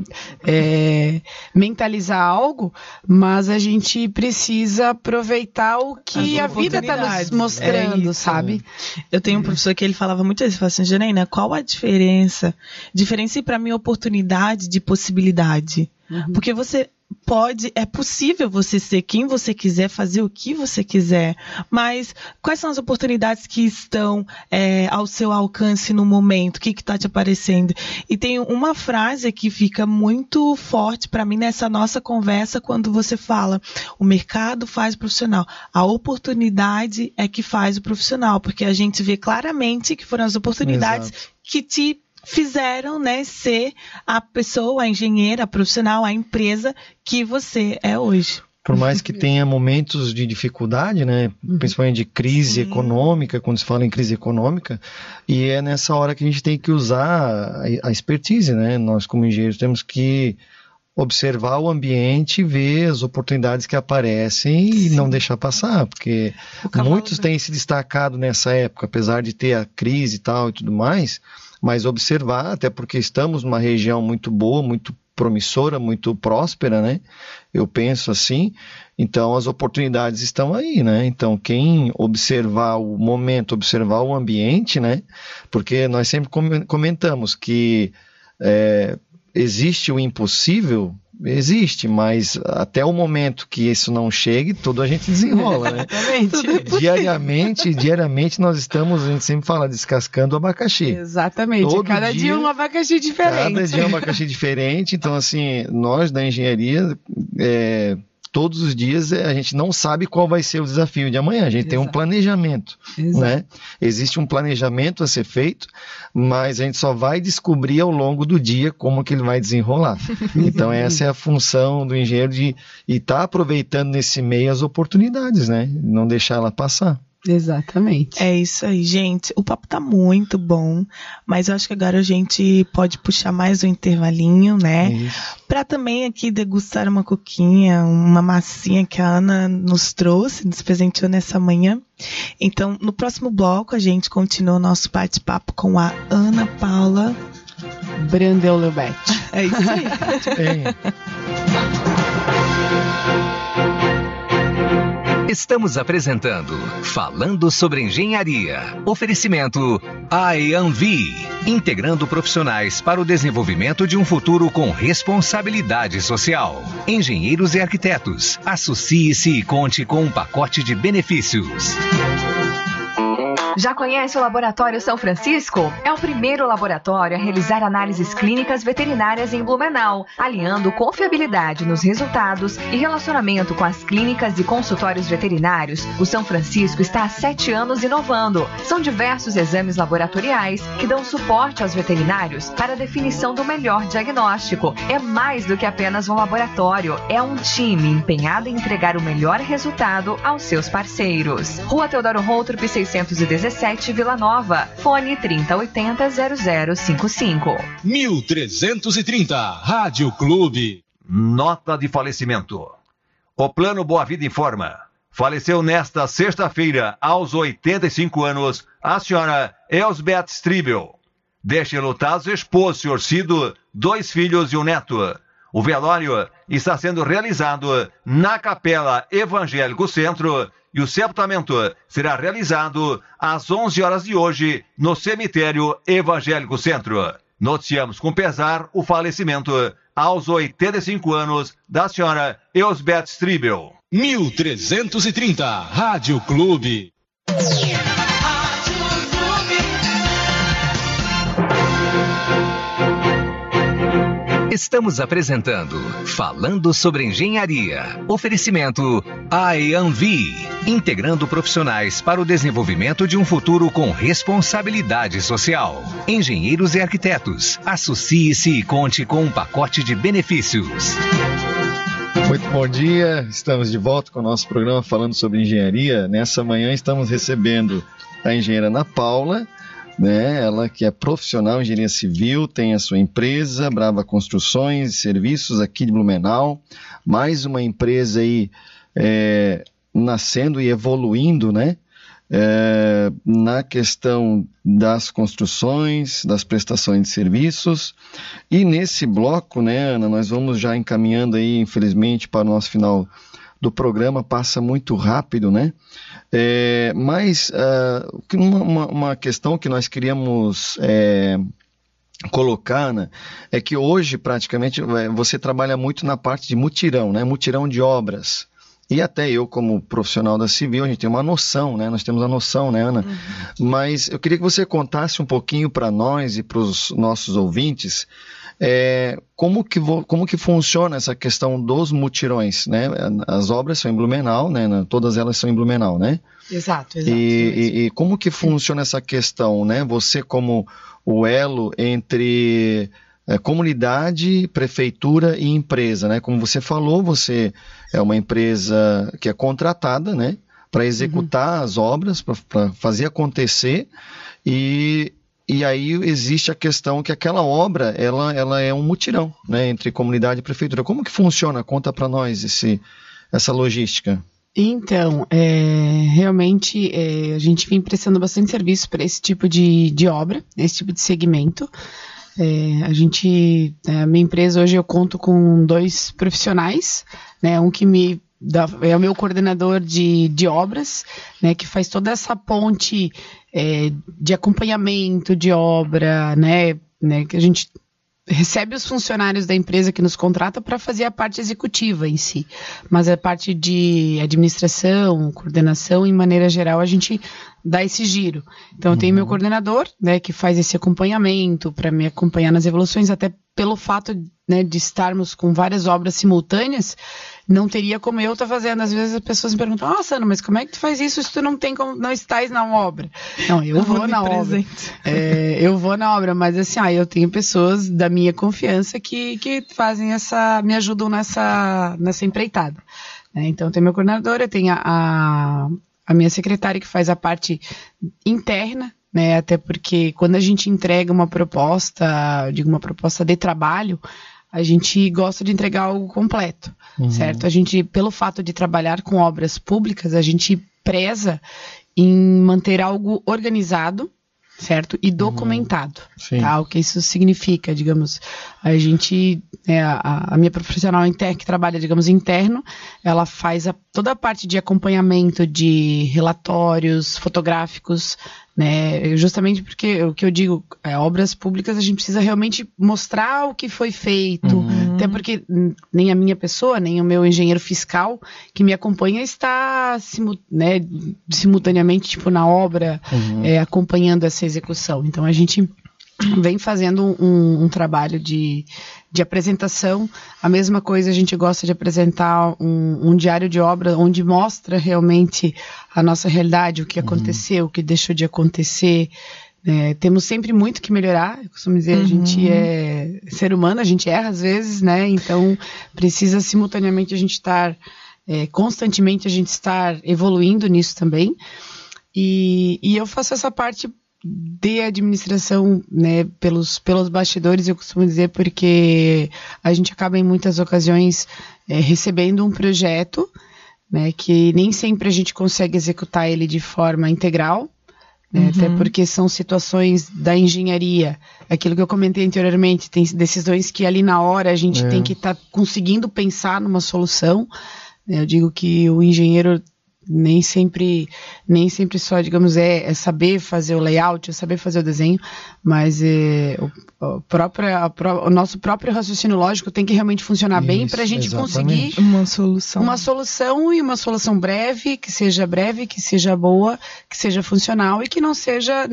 mentalizar algo, mas a gente precisa aproveitar o que a vida está nos mostrando, sabe? Eu tenho um professor que ele falava muito isso, ele falava assim, Janaína, qual a diferença? Diferencie para mim oportunidade de possibilidade. Porque é possível você ser quem você quiser, fazer o que você quiser, mas quais são as oportunidades que estão ao seu alcance no momento? O que está te aparecendo? E tem uma frase que fica muito forte para mim nessa nossa conversa quando você fala, o mercado faz o profissional, a oportunidade é que faz o profissional, porque a gente vê claramente que foram as oportunidades que te fizeram, né, ser a pessoa, a engenheira, a profissional, a empresa que você é hoje. Por mais que tenha momentos de dificuldade, né, principalmente de crise econômica, quando se fala em crise econômica, e é nessa hora que a gente tem que usar a expertise, né? Nós, como engenheiros, temos que observar o ambiente, ver as oportunidades que aparecem e não deixar passar, porque muitos têm se destacado nessa época, apesar de ter a crise e tal e tudo mais, mas observar, até porque estamos numa região muito boa, muito promissora, muito próspera, né? Eu penso assim, então as oportunidades estão aí, né? Então quem observar o momento, observar o ambiente, né? Porque nós sempre comentamos que existe o impossível, existe, mas até o momento que isso não chegue, tudo a gente desenrola, né? Diariamente nós estamos, a gente sempre fala, descascando o abacaxi. Exatamente, cada dia um abacaxi diferente. Cada dia um abacaxi diferente, então assim, nós da engenharia, todos os dias a gente não sabe qual vai ser o desafio de amanhã, a gente tem um planejamento, né? Existe um planejamento a ser feito, mas a gente só vai descobrir ao longo do dia como que ele vai desenrolar. Então essa é a função do engenheiro de estar aproveitando nesse meio as oportunidades, né? Não deixar ela passar. Exatamente. É isso aí, gente. O papo tá muito bom, mas eu acho que agora a gente pode puxar mais um intervalinho, né? Para também aqui degustar uma coquinha, uma massinha que a Ana nos trouxe, nos presenteou nessa manhã. Então, no próximo bloco, a gente continua o nosso bate-papo com a Ana Paula Brandel-Leubete. É isso aí. Estamos apresentando Falando sobre Engenharia. Oferecimento AEANVI, integrando profissionais para o desenvolvimento de um futuro com responsabilidade social. Engenheiros e arquitetos, associe-se e conte com um pacote de benefícios. Já conhece o Laboratório São Francisco? É o primeiro laboratório a realizar análises clínicas veterinárias em Blumenau, alinhando confiabilidade nos resultados e relacionamento com as clínicas e consultórios veterinários. O São Francisco está há 7 anos inovando. São diversos exames laboratoriais que dão suporte aos veterinários para a definição do melhor diagnóstico. É mais do que apenas um laboratório, é um time empenhado em entregar o melhor resultado aos seus parceiros. Rua Teodoro Routrup, 617, Vila Nova. Fone 3080-0055. 1330, Rádio Clube. Nota de falecimento. O Plano Boa Vida informa. Faleceu nesta sexta-feira, aos 85 anos, a senhora Elsbeth Stribel. Deixa enlutados esposo, senhor Cido, 2 filhos e um neto. O velório está sendo realizado na Capela Evangélico Centro e o sepultamento será realizado às 11 horas de hoje no Cemitério Evangélico Centro. Noticiamos com pesar o falecimento aos 85 anos da senhora Elsbeth Stribel. 1330, Rádio Clube. Estamos apresentando Falando sobre Engenharia. Oferecimento AEANVI, integrando profissionais para o desenvolvimento de um futuro com responsabilidade social. Engenheiros e arquitetos, associe-se e conte com um pacote de benefícios. Muito bom dia, estamos de volta com o nosso programa Falando sobre Engenharia. Nessa manhã estamos recebendo a engenheira Ana Paula, né? Ela que é profissional em engenharia civil, tem a sua empresa, Brava Construções e Serviços aqui de Blumenau, mais uma empresa aí nascendo e evoluindo, né? Na questão das construções, das prestações de serviços. E nesse bloco, né, Ana, nós vamos já encaminhando aí, infelizmente, para o nosso final do programa, passa muito rápido, né? Mas uma questão que nós queríamos colocar, né, é que hoje praticamente você trabalha muito na parte de mutirão, né? Mutirão de obras. E até eu, como profissional da civil, a gente tem uma noção, né? Nós temos a noção, né, Ana? Uhum. Mas eu queria que você contasse um pouquinho para nós e para os nossos ouvintes como que funciona essa questão dos mutirões, né? As obras são em Blumenau, né? Todas elas são em Blumenau, né? Exato. E como que funciona essa questão, né? Você como o elo entre comunidade, prefeitura e empresa, né? Como você falou, você é uma empresa que é contratada, né? Para executar as obras, para fazer acontecer, e aí existe a questão que aquela obra, ela é um mutirão, né? Entre comunidade e prefeitura. Como que funciona? Conta para nós essa logística. Então, realmente a gente vem prestando bastante serviço para esse tipo de obra, esse tipo de segmento. A minha empresa hoje eu conto com 2 profissionais, né? Um que é o meu coordenador de obras, né? Que faz toda essa ponte de acompanhamento de obra, né? Que a gente recebe os funcionários da empresa que nos contrata para fazer a parte executiva em si, mas a parte de administração, coordenação, em maneira geral, a gente dá esse giro. Então, eu tenho meu coordenador, né, que faz esse acompanhamento para me acompanhar nas evoluções, até pelo fato, né, de estarmos com várias obras simultâneas, não teria como eu estar fazendo. Às vezes as pessoas me perguntam: nossa, Ana, mas como é que tu faz isso se tu não estás na obra? Não, eu vou na obra. Eu vou na obra, mas assim, eu tenho pessoas da minha confiança que fazem me ajudam nessa empreitada. Então, eu tenho meu coordenador, eu tenho a minha secretária que faz a parte interna, né? Até porque quando a gente entrega uma proposta de trabalho, a gente gosta de entregar algo completo, certo? A gente, pelo fato de trabalhar com obras públicas, a gente preza em manter algo organizado, certo? E documentado, Sim. tá? O que isso significa, digamos, a gente, a minha profissional que trabalha, digamos, interno, ela faz toda a parte de acompanhamento de relatórios fotográficos, né? Justamente porque o que eu digo, obras públicas a gente precisa realmente mostrar o que foi feito, até porque nem a minha pessoa, nem o meu engenheiro fiscal que me acompanha está simultaneamente, tipo, na obra, acompanhando essa execução. Então a gente vem fazendo um trabalho de apresentação. A mesma coisa, a gente gosta de apresentar um diário de obra onde mostra realmente a nossa realidade, o que aconteceu, o que deixou de acontecer. Temos sempre muito que melhorar. Eu costumo dizer, a gente é ser humano, a gente erra às vezes, né? Então precisa simultaneamente a gente estar constantemente a gente estar evoluindo nisso também. E eu faço essa parte de administração, né, pelos bastidores, eu costumo dizer, porque a gente acaba em muitas ocasiões recebendo um projeto, né, que nem sempre a gente consegue executar ele de forma integral, né, até porque são situações da engenharia, aquilo que eu comentei anteriormente, tem decisões que ali na hora a gente tem que estar conseguindo pensar numa solução. Eu digo que o engenheiro nem sempre só, digamos, é saber fazer o layout, é saber fazer o desenho, mas o nosso próprio raciocínio lógico tem que realmente funcionar bem para a gente conseguir uma solução e uma solução breve, que seja boa, que seja funcional e que não seja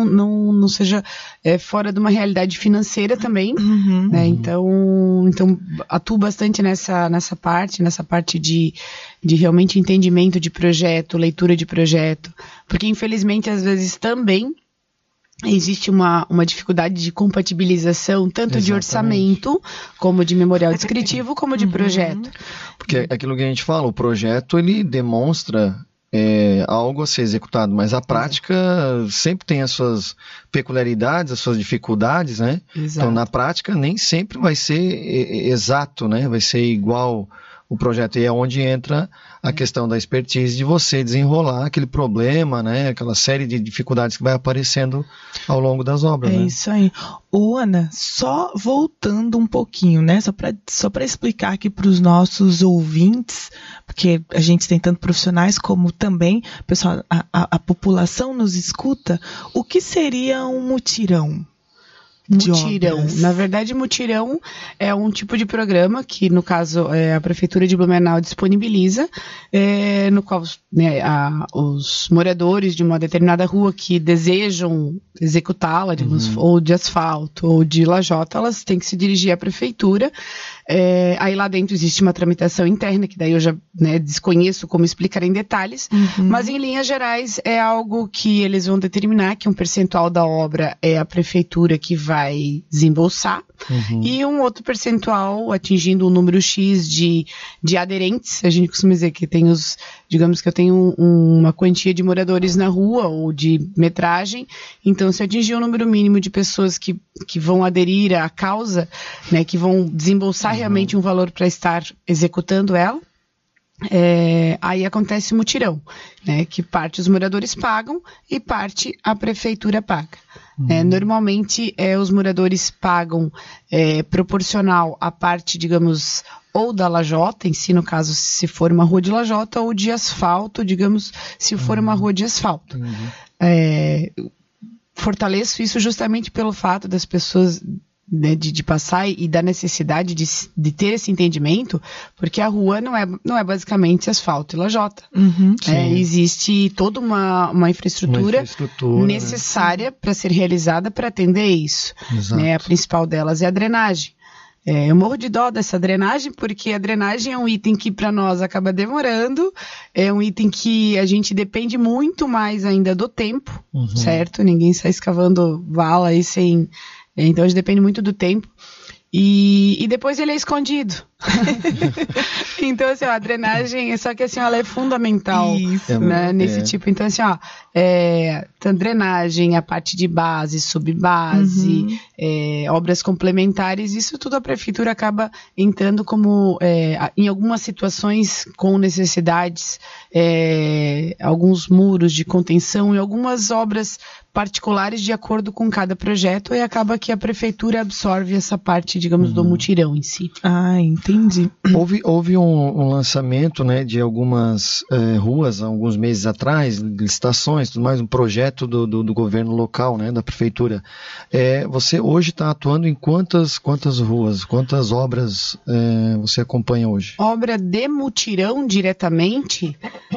fora de uma realidade financeira também, né? Então atuo bastante nessa parte de realmente entendimento de projeto, leitura de projeto, porque infelizmente às vezes também existe uma dificuldade de compatibilização, tanto de orçamento, como de memorial descritivo, como de projeto. Porque aquilo que a gente fala, o projeto ele demonstra algo a ser executado, mas a prática sempre tem as suas peculiaridades, as suas dificuldades, né? Exato. Então na prática nem sempre vai ser exato, né? Vai ser igual o projeto, e é onde entra a questão da expertise de você desenrolar aquele problema, né, aquela série de dificuldades que vai aparecendo ao longo das obras. É, né? Isso aí. Ô, Ana, só voltando um pouquinho, né, só para explicar aqui para os nossos ouvintes, porque a gente tem tanto profissionais como também, pessoal, a população nos escuta, o que seria um mutirão? Mutirão. Na verdade, mutirão é um tipo de programa que, no caso, a Prefeitura de Blumenau disponibiliza, no qual os moradores de uma determinada rua que desejam executá-la, digamos, ou de asfalto ou de lajota, elas têm que se dirigir à Prefeitura. Aí lá dentro existe uma tramitação interna, que daí eu já desconheço como explicar em detalhes, mas em linhas gerais é algo que eles vão determinar que um percentual da obra é a Prefeitura que vai desembolsar, e um outro percentual atingindo um número X de aderentes. A gente costuma dizer que tem digamos que eu tenho uma quantia de moradores na rua ou de metragem, então se atingir um número mínimo de pessoas que vão aderir à causa, né, que vão desembolsar realmente um valor para estar executando ela, aí acontece o mutirão, né, que parte os moradores pagam e parte a Prefeitura paga. Normalmente os moradores pagam proporcional à parte, digamos, ou da lajota em si, no caso, se for uma rua de lajota, ou de asfalto, digamos, se for uma rua de asfalto. Fortaleço isso justamente pelo fato das pessoas, né, de passar e da necessidade de ter esse entendimento, porque a rua não é basicamente asfalto e lajota. Existe toda uma infraestrutura necessária, né, para ser realizada para atender isso. Né? A principal delas é a drenagem. Eu morro de dó dessa drenagem, porque a drenagem é um item que para nós acaba demorando, é um item que a gente depende muito mais ainda do tempo, certo? Ninguém sai escavando vala aí sem... Então a gente depende muito do tempo. E depois ele é escondido, Então, assim, ó, a drenagem, só que assim, ela é fundamental. Isso. Né, nesse tipo. Então, assim, ó, então, drenagem, a parte de base, subbase, obras complementares, isso tudo a prefeitura acaba entrando como, em algumas situações com necessidades, alguns muros de contenção e algumas obras particulares de acordo com cada projeto, e acaba que a prefeitura absorve essa parte, digamos, do mutirão em si. Ah, entendi. Houve um lançamento, né, de algumas ruas há alguns meses atrás, licitações, tudo mais, um projeto do governo local, né, da prefeitura. Você hoje está atuando em quantas ruas, quantas obras você acompanha hoje? Obra de mutirão diretamente...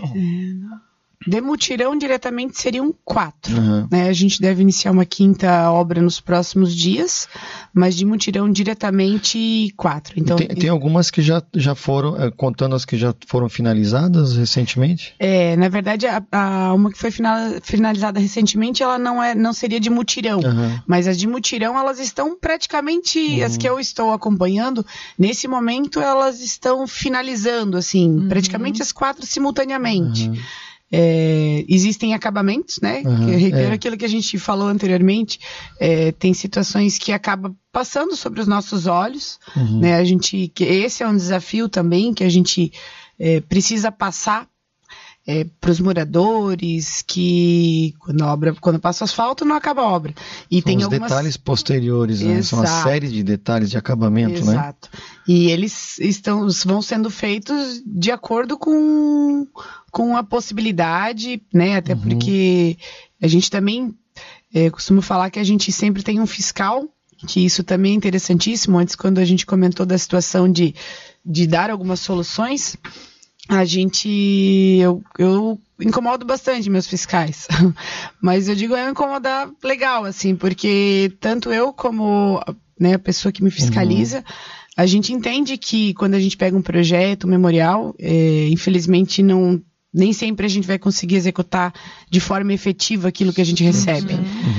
De mutirão diretamente seriam 4. Né? A gente deve iniciar uma 5ª obra nos próximos dias, mas de mutirão diretamente 4. Então, tem algumas que já foram, contando as que já foram finalizadas recentemente? Na verdade, uma que foi finalizada recentemente, ela não seria de mutirão, mas as de mutirão, elas estão praticamente, as que eu estou acompanhando, nesse momento elas estão finalizando, assim, praticamente as 4 simultaneamente. Existem acabamentos, né? Que reitero aquilo que a gente falou anteriormente. Tem situações que acabam passando sobre os nossos olhos, né? Esse é um desafio também que a gente precisa passar para os moradores, que quando passa o asfalto não acaba a obra. E tem os detalhes posteriores, né? São uma série de detalhes de acabamento, né? Exato. E eles vão sendo feitos de acordo com a possibilidade, né? Até porque a gente também costuma falar que a gente sempre tem um fiscal, que isso também é interessantíssimo. Antes, quando a gente comentou da situação de dar algumas soluções, eu incomodo bastante meus fiscais, mas eu digo incomodar legal, assim, porque tanto eu como, né, a pessoa que me fiscaliza, a gente entende que quando a gente pega um projeto, um memorial, infelizmente nem sempre a gente vai conseguir executar de forma efetiva aquilo que a gente recebe.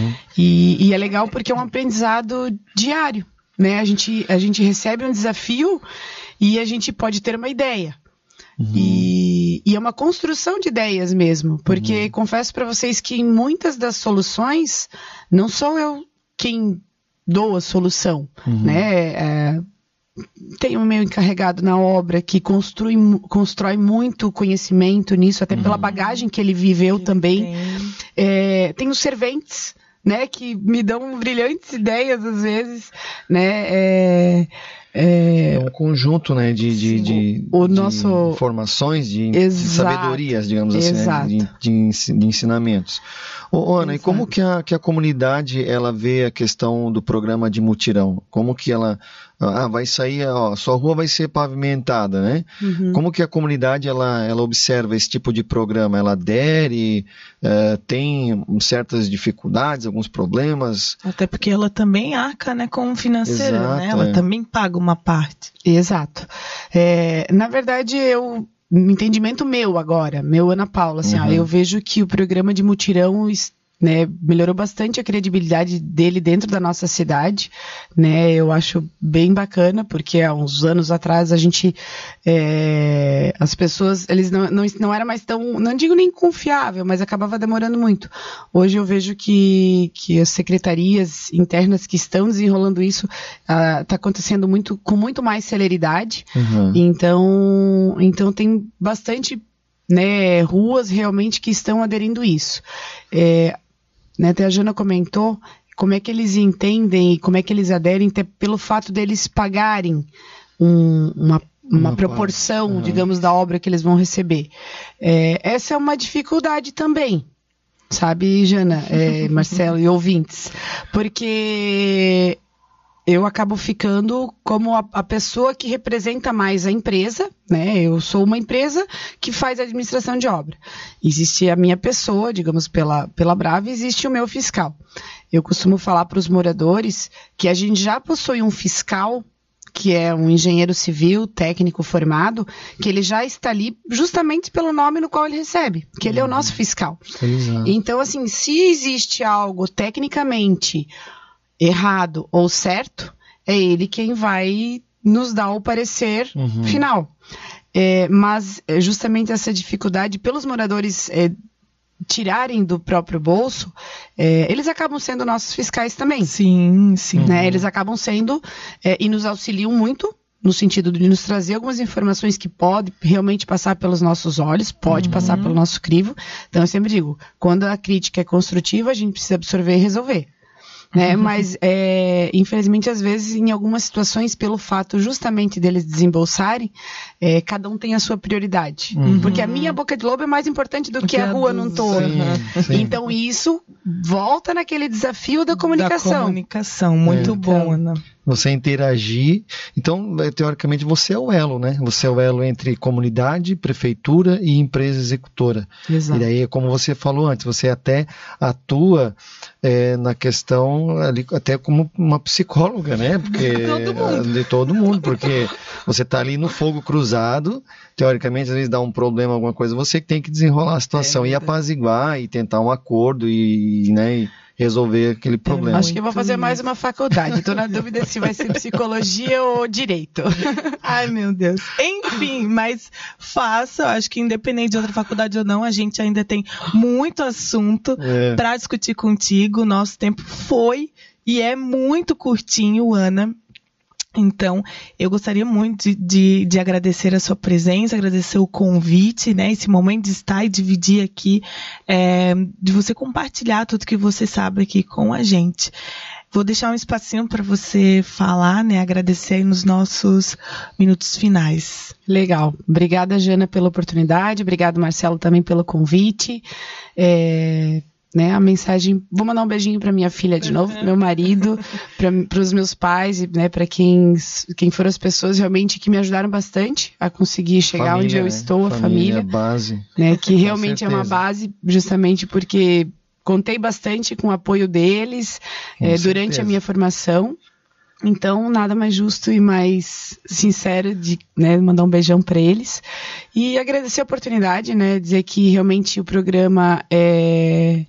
E é legal porque é um aprendizado diário, né? A gente recebe um desafio e a gente pode ter uma ideia. E é uma construção de ideias mesmo, porque confesso para vocês que em muitas das soluções não sou eu quem dou a solução, né? Tem o meu encarregado na obra que constrói muito conhecimento nisso, até pela bagagem que ele viveu também. Tem os serventes, né, que me dão brilhantes ideias às vezes, né? É um conjunto, né, de informações, de sabedorias, digamos assim, né, de ensinamentos. Ana, e como que a comunidade ela vê a questão do programa de mutirão? Como que ela vai sair, sua rua vai ser pavimentada, né? Como que a comunidade ela observa esse tipo de programa? Ela adere, tem certas dificuldades, alguns problemas? Até porque ela também arca, né, com o financeiro, né? Ela também paga uma parte. Exato. Na verdade, entendimento meu agora, Ana Paula, assim, eu vejo que o programa de mutirão, né, melhorou bastante a credibilidade dele dentro da nossa cidade, né? Eu acho bem bacana, porque há uns anos atrás a gente, as pessoas, eles não era mais tão, não digo nem confiável, mas acabava demorando muito. Hoje eu vejo que as secretarias internas que estão desenrolando isso está acontecendo com muito mais celeridade. Então tem bastante, né, ruas realmente que estão aderindo a isso. Né, até a Jana comentou como é que eles entendem e como é que eles aderem, até pelo fato deles pagarem uma proporção, digamos, da obra que eles vão receber. Essa é uma dificuldade também, sabe, Jana, Marcelo e ouvintes, porque eu acabo ficando como a pessoa que representa mais a empresa, né? Eu sou uma empresa que faz a administração de obra. Existe a minha pessoa, digamos, pela Brava, existe o meu fiscal. Eu costumo falar para os moradores que a gente já possui um fiscal, que é um engenheiro civil, técnico formado, que ele já está ali justamente pelo nome no qual ele recebe, que ele é o nosso fiscal. Então, assim, se existe algo tecnicamente errado ou certo, é ele quem vai, nos dá o parecer final. Mas justamente essa dificuldade pelos moradores tirarem do próprio bolso, eles acabam sendo nossos fiscais também. Sim. Né? Eles acabam sendo e nos auxiliam muito, no sentido de nos trazer algumas informações que pode realmente passar pelos nossos olhos, pode passar pelo nosso crivo. Então eu sempre digo, quando a crítica é construtiva, a gente precisa absorver e resolver. Né? Mas, infelizmente, às vezes, em algumas situações, pelo fato justamente deles desembolsarem, cada um tem a sua prioridade. Porque a minha boca de lobo é mais importante do que a rua num todo. Então, isso volta naquele desafio da comunicação. Da comunicação, muito bom, Ana. Você interagir. Então, teoricamente, você é o elo, né? Você é o elo entre comunidade, prefeitura e empresa executora. Exato. E daí, como você falou antes, você até atua na questão ali, até como uma psicóloga, né? Porque, de todo mundo, porque você está ali no fogo cruzado, teoricamente, às vezes dá um problema, alguma coisa, você tem que desenrolar a situação e apaziguar e tentar um acordo e resolver aquele problema. Acho que eu vou fazer mais uma faculdade. Estou na dúvida se vai ser psicologia ou direito. Ai, meu Deus. Enfim, mas faça. Acho que independente de outra faculdade ou não, a gente ainda tem muito assunto para discutir contigo. Nosso tempo foi e é muito curtinho, Ana. Então, eu gostaria muito de agradecer a sua presença, agradecer o convite, né? Esse momento de estar e dividir aqui, de você compartilhar tudo que você sabe aqui com a gente. Vou deixar um espacinho para você falar, né? Agradecer aí nos nossos minutos finais. Legal. Obrigada, Jana, pela oportunidade. Obrigado, Marcelo, também pelo convite. Né, a mensagem, vou mandar um beijinho para minha filha de novo, pro meu marido, para os meus pais, né, para quem foram as pessoas realmente que me ajudaram bastante a conseguir chegar família, onde eu estou, a família, base, né, que realmente é uma base, justamente porque contei bastante com o apoio deles durante a minha formação. Então, nada mais justo e mais sincero de, né, mandar um beijão para eles. E agradecer a oportunidade, né, dizer que realmente o programa é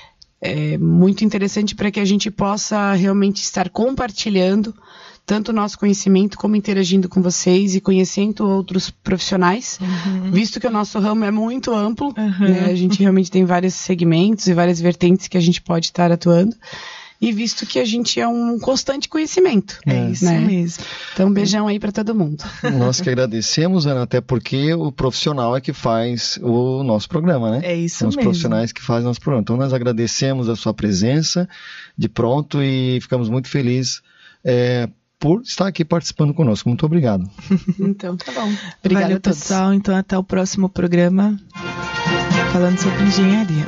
muito interessante para que a gente possa realmente estar compartilhando tanto o nosso conhecimento como interagindo com vocês e conhecendo outros profissionais, visto que o nosso ramo é muito amplo, né, a gente realmente tem vários segmentos e várias vertentes que a gente pode estar atuando. E visto que a gente é um constante conhecimento. É isso, né, mesmo. Então, um beijão aí para todo mundo. Nós que agradecemos, Ana, até porque o profissional é que faz o nosso programa, né? É isso São mesmo. Os profissionais que fazem o nosso programa. Então, nós agradecemos a sua presença de pronto e ficamos muito felizes por estar aqui participando conosco. Muito obrigado. Então, tá bom. Obrigada Valeu, a todos. pessoal. Então, até o próximo programa falando sobre engenharia.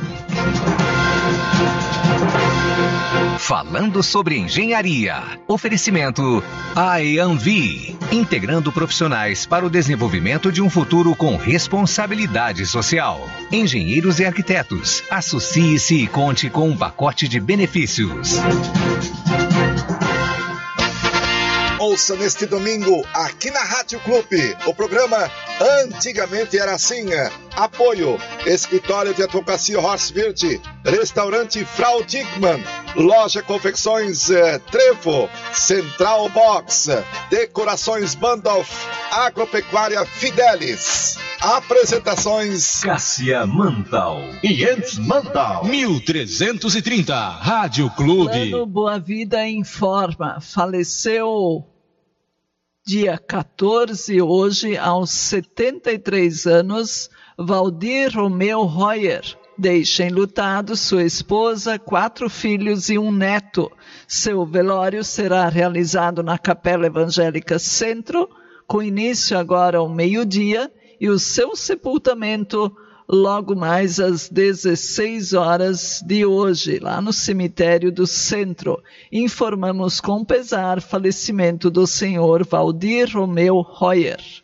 Falando sobre engenharia. Oferecimento AEANVI, integrando profissionais para o desenvolvimento de um futuro com responsabilidade social. Engenheiros e arquitetos, associe-se e conte com um pacote de benefícios. Ouça neste domingo, aqui na Rádio Clube, o programa Antigamente Era Assim. Apoio, Escritório de Advocacia Horswirt, Restaurante Frau Dickmann, Loja Confecções Trevo, Central Box, Decorações Bandolf, Agropecuária Fidelis. Apresentações Cássia Mantal e Jens Mantal. 1330, Rádio Clube. Plano Boa Vida informa, faleceu dia 14, hoje, aos 73 anos, Valdir Romeu Royer. Deixa enlutado sua esposa, 4 filhos e um neto. Seu velório será realizado na Capela Evangélica Centro, com início agora ao meio-dia, e o seu sepultamento logo mais às 16 horas de hoje, lá no cemitério do Centro. Informamos com pesar falecimento do senhor Valdir Romeu Royer.